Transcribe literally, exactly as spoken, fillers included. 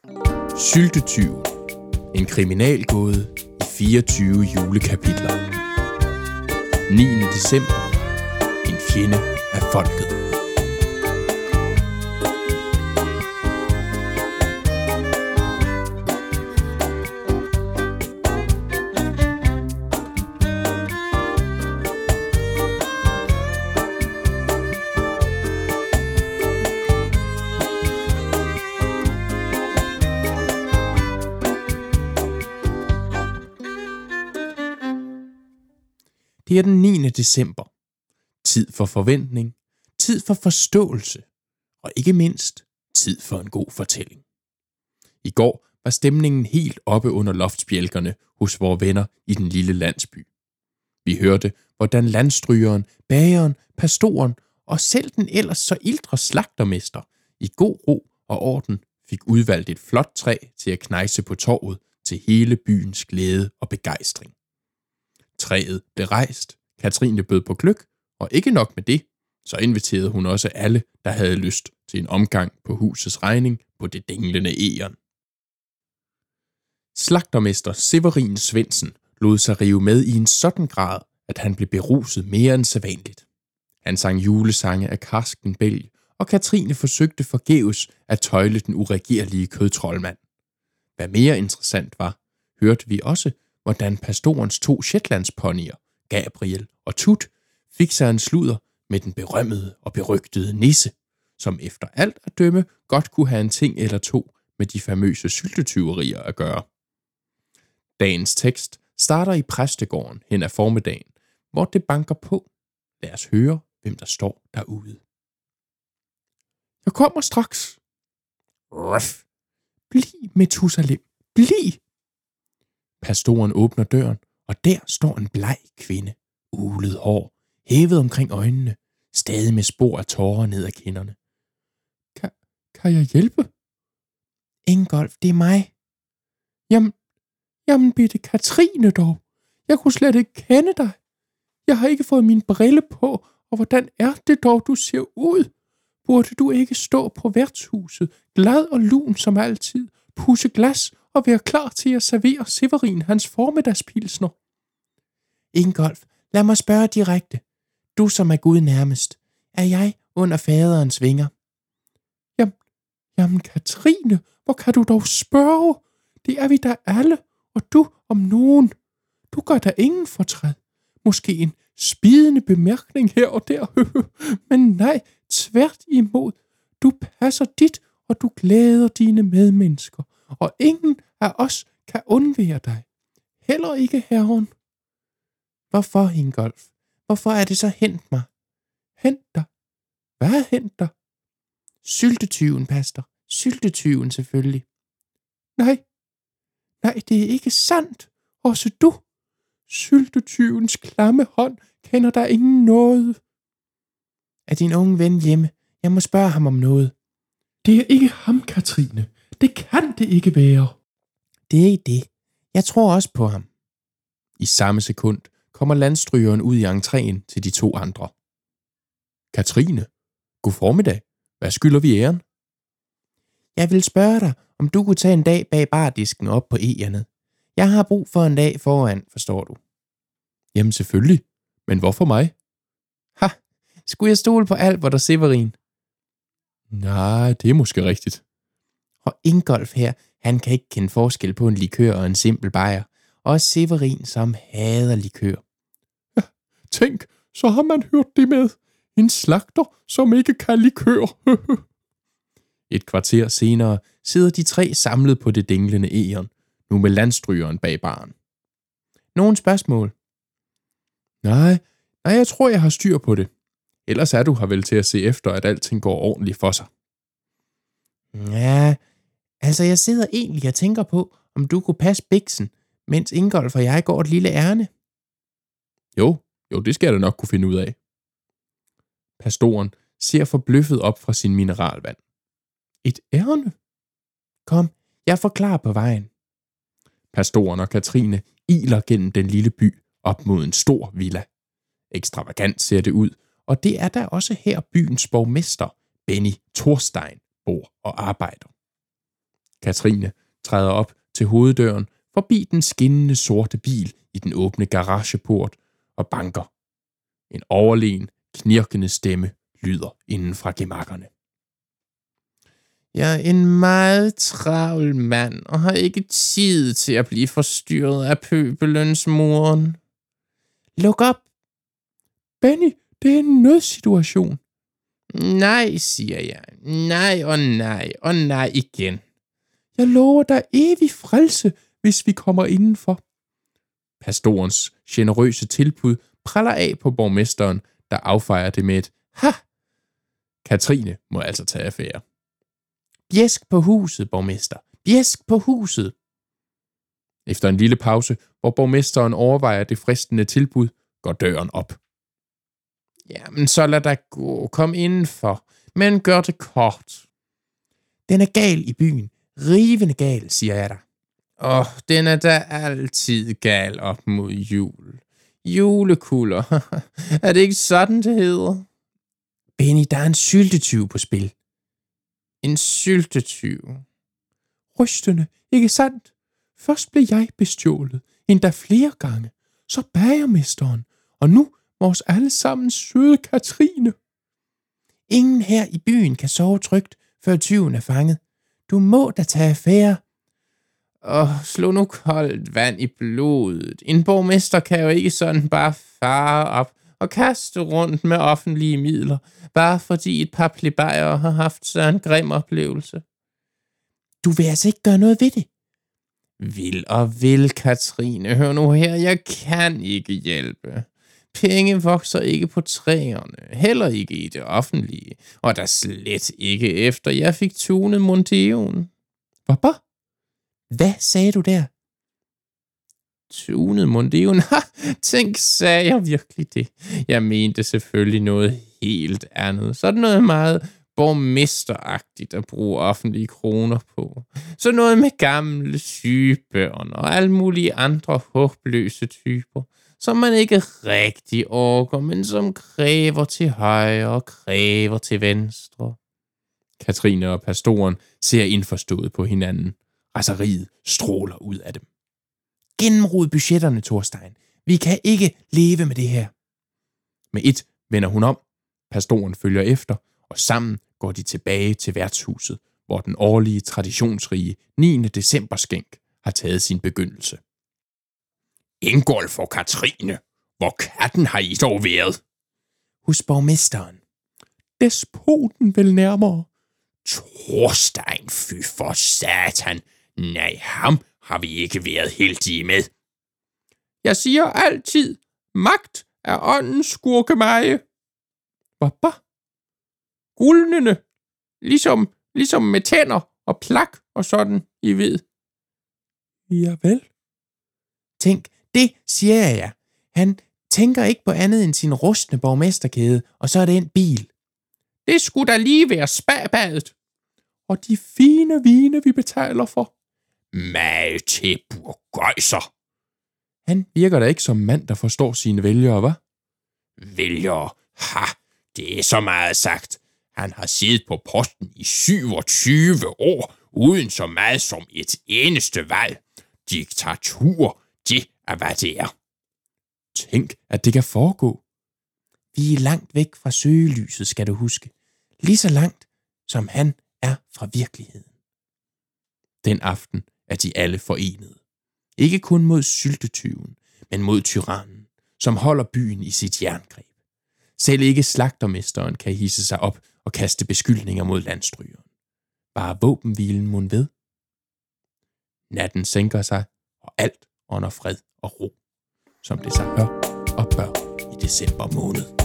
Syltetyven. En kriminalgåde i fireogtyve julekapitler. niende december. En fjende af folket. Det er den niende december. Tid for forventning, tid for forståelse, og ikke mindst tid for en god fortælling. I går var stemningen helt oppe under loftsbjælkerne hos vores venner i den lille landsby. Vi hørte, hvordan landstrygeren, bageren, pastoren og selv den ellers så ildre slagtermester i god ro og orden fik udvalgt et flot træ til at knejse på torvet til hele byens glæde og begejstring. Træet blev rejst, Katrine bød på gløgg, og ikke nok med det, så inviterede hun også alle, der havde lyst til en omgang på husets regning på det dinglende egern. Slagtermester Severin Svendsen lod sig rive med i en sådan grad, at han blev beruset mere end sædvanligt. Han sang julesange af karsken bælg, og Katrine forsøgte forgæves at tøjle den uregerlige kødtroldmand. Hvad mere interessant var, hørte vi også, hvordan pastorens to shetlandsponyer, Gabriel og Tut, fik sig en sludder med den berømmede og berygtede nisse, som efter alt at dømme godt kunne have en ting eller to med de famøse syltetyverier at gøre. Dagens tekst starter i præstegården hen ad formiddagen, hvor det banker på. Lad os høre, hvem der står derude. Jeg kommer straks. Ruff. Bliv, Metusalem. Bliv. Pastoren åbner døren, og der står en bleg kvinde, ulet hår, hævet omkring øjnene, stadig med spor af tårer ned ad kinderne. Kan, kan jeg hjælpe? Ingolf, det er mig. Jamen, jamen bitte Katrine dog. Jeg kunne slet ikke kende dig. Jeg har ikke fået min brille på, og hvordan er det dog, du ser ud? Burde du ikke stå på værtshuset, glad og lun som altid, pusse glas og være klar til at servere Severin hans formiddagspilsner? Ingolf, lad mig spørge direkte. Du som er Gud nærmest, er jeg under faderens vinger? Jamen, jamen Katrine, hvor kan du dog spørge? Det er vi da alle, og du om nogen. Du gør da ingen fortræd. Måske en spidende bemærkning her og der, men nej, tvært imod. Du passer dit, og du glæder dine medmennesker, og ingen af os kan undvære dig. Heller ikke Herren. Hvorfor, Ingolf? Hvorfor er det så hent mig? Hent dig? Hvad er hent dig? Syltetyven, pastor. Syltetyven selvfølgelig. Nej, nej, det er ikke sandt. Også du. Syltetyvens klamme hånd kender der ingen noget. Er din unge ven hjemme? Jeg må spørge ham om noget. Det er ikke ham, Katrine. Det kan det ikke være. Det er det. Jeg tror også på ham. I samme sekund kommer landstrygeren ud i entréen til de to andre. Katrine, god formiddag. Hvad skylder vi æren? Jeg vil spørge dig, om du kunne tage en dag bag bardisken op på egernet. Jeg har brug for en dag foran, forstår du. Jamen selvfølgelig. Men hvorfor mig? Ha, skulle jeg stole på Albert og Severin? Nej, det er måske rigtigt. Og Ingolf her, han kan ikke kende forskel på en likør og en simpel bajer. Og Severin, som hader likør. Ja, tænk, så har man hørt det med. En slagter, som ikke kan likør. Et kvarter senere sidder de tre samlet på det dinglende egern, nu med landstrygeren bag baren. Nogle spørgsmål? Nej, nej, jeg tror, jeg har styr på det. Ellers er du her vel til at se efter, at alting går ordentligt for sig. Ja, altså jeg sidder egentlig og tænker på, om du kunne passe biksen, mens Ingolf og jeg går et lille ærne. Jo, jo, det skal jeg da nok kunne finde ud af. Pastoren ser forbløffet op fra sin mineralvand. Et ærne? Kom, jeg forklarer på vejen. Pastoren og Katrine iler gennem den lille by op mod en stor villa. Ekstravagant ser det ud, og det er da også her byens borgmester, Benny Thorstein, bor og arbejder. Katrine træder op til hoveddøren forbi den skinnende sorte bil i den åbne garageport og banker. En overlegen, knirkende stemme lyder inden fra gemakkerne. Jeg er en meget travl mand og har ikke tid til at blive forstyrret af pøbelens moren. Luk op! Benny, det er en nødsituation. Nej, siger jeg. Nej og nej og nej igen. Jeg lover dig evig frelse, hvis vi kommer indenfor. Pastorens generøse tilbud praller af på borgmesteren, der affejer det med et ha! Katrine må altså tage affære. Bjæsk på huset, borgmester. Bjæsk på huset. Efter en lille pause, hvor borgmesteren overvejer det fristende tilbud, går døren op. Jamen, så lad dig gå. Kom indenfor. Men gør det kort. Den er gal i byen. Rivende gal, siger jeg dig. Åh, den er da altid gal op mod jul. Julekuller. Er det ikke sådan, det hedder? Benny, der er en syltetyv på spil. En syltetyv. Rystende, ikke sandt? Først blev jeg bestjålet, endda flere gange. Så bagermesteren, og nu vores allesammens søde Katrine. Ingen her i byen kan sove trygt, før tyven er fanget. Du må da tage affære. Åh, slå nu koldt vand i blodet. En borgmester kan jo ikke sådan bare fare op og kaste rundt med offentlige midler, bare fordi et par plebejere har haft sådan en grim oplevelse. Du vil altså ikke gøre noget ved det? Vil og vil, Katrine. Hør nu her, jeg kan ikke hjælpe. Penge vokser ikke på træerne, heller ikke i det offentlige, og der slet ikke efter jeg fik tunet Monteoen. Hvorfor? Hvad sagde du der? Tunet Monteoen? Ha, tænk, sagde jeg virkelig det? Jeg mente selvfølgelig noget helt andet. Sådan noget meget borgmesteragtigt at bruge offentlige kroner på. Så noget med gamle sygebørn og alle mulige andre håbløse typer, som man ikke rigtig orker, men som kræver til højre og kræver til venstre. Katrine og pastoren ser indforstået på hinanden. Raseriet stråler ud af dem. Gennemrod budgetterne, Thorstein. Vi kan ikke leve med det her. Med et vender hun om. Pastoren følger efter, og sammen går de tilbage til værtshuset, hvor den årlige traditionsrige niende december skænk har taget sin begyndelse. Ingolf for Katrine, hvor katten har I dog været? Hos borgmesteren. Despoten vel nærmere. Thorstein, fy for satan. Nej, ham har vi ikke været heldige med. Jeg siger altid, magt er åndens skurkemeje. Hvorfor? Guldnende, ligesom, ligesom med tænder og plak og sådan, I ved. Ja vel. Tænk, det siger jeg ja. Han tænker ikke på andet end sin rustne borgmesterkæde, og så er det en bil. Det skulle da lige være spabadet. Og de fine vine, vi betaler for. Mage til burgøjser. Han virker da ikke som mand, der forstår sine vælgere, hva'? Vælgere? Ha, det er så meget sagt. Han har siddet på posten i syvogtyve år, uden så meget som et eneste valg. Diktatur, det er hvad det er. Tænk, at det kan foregå. Vi er langt væk fra søgelyset, skal du huske. Lige så langt, som han er fra virkeligheden. Den aften er de alle forenede. Ikke kun mod syltetyven, men mod tyrannen, som holder byen i sit jerngreb. Selv ikke slagtermesteren kan hisse sig op og kaste beskyldninger mod landstrygeren. Bare våbenhvilen mon ved. Natten sænker sig, og alt under fred og ro, som det sig hør og bør i december måned.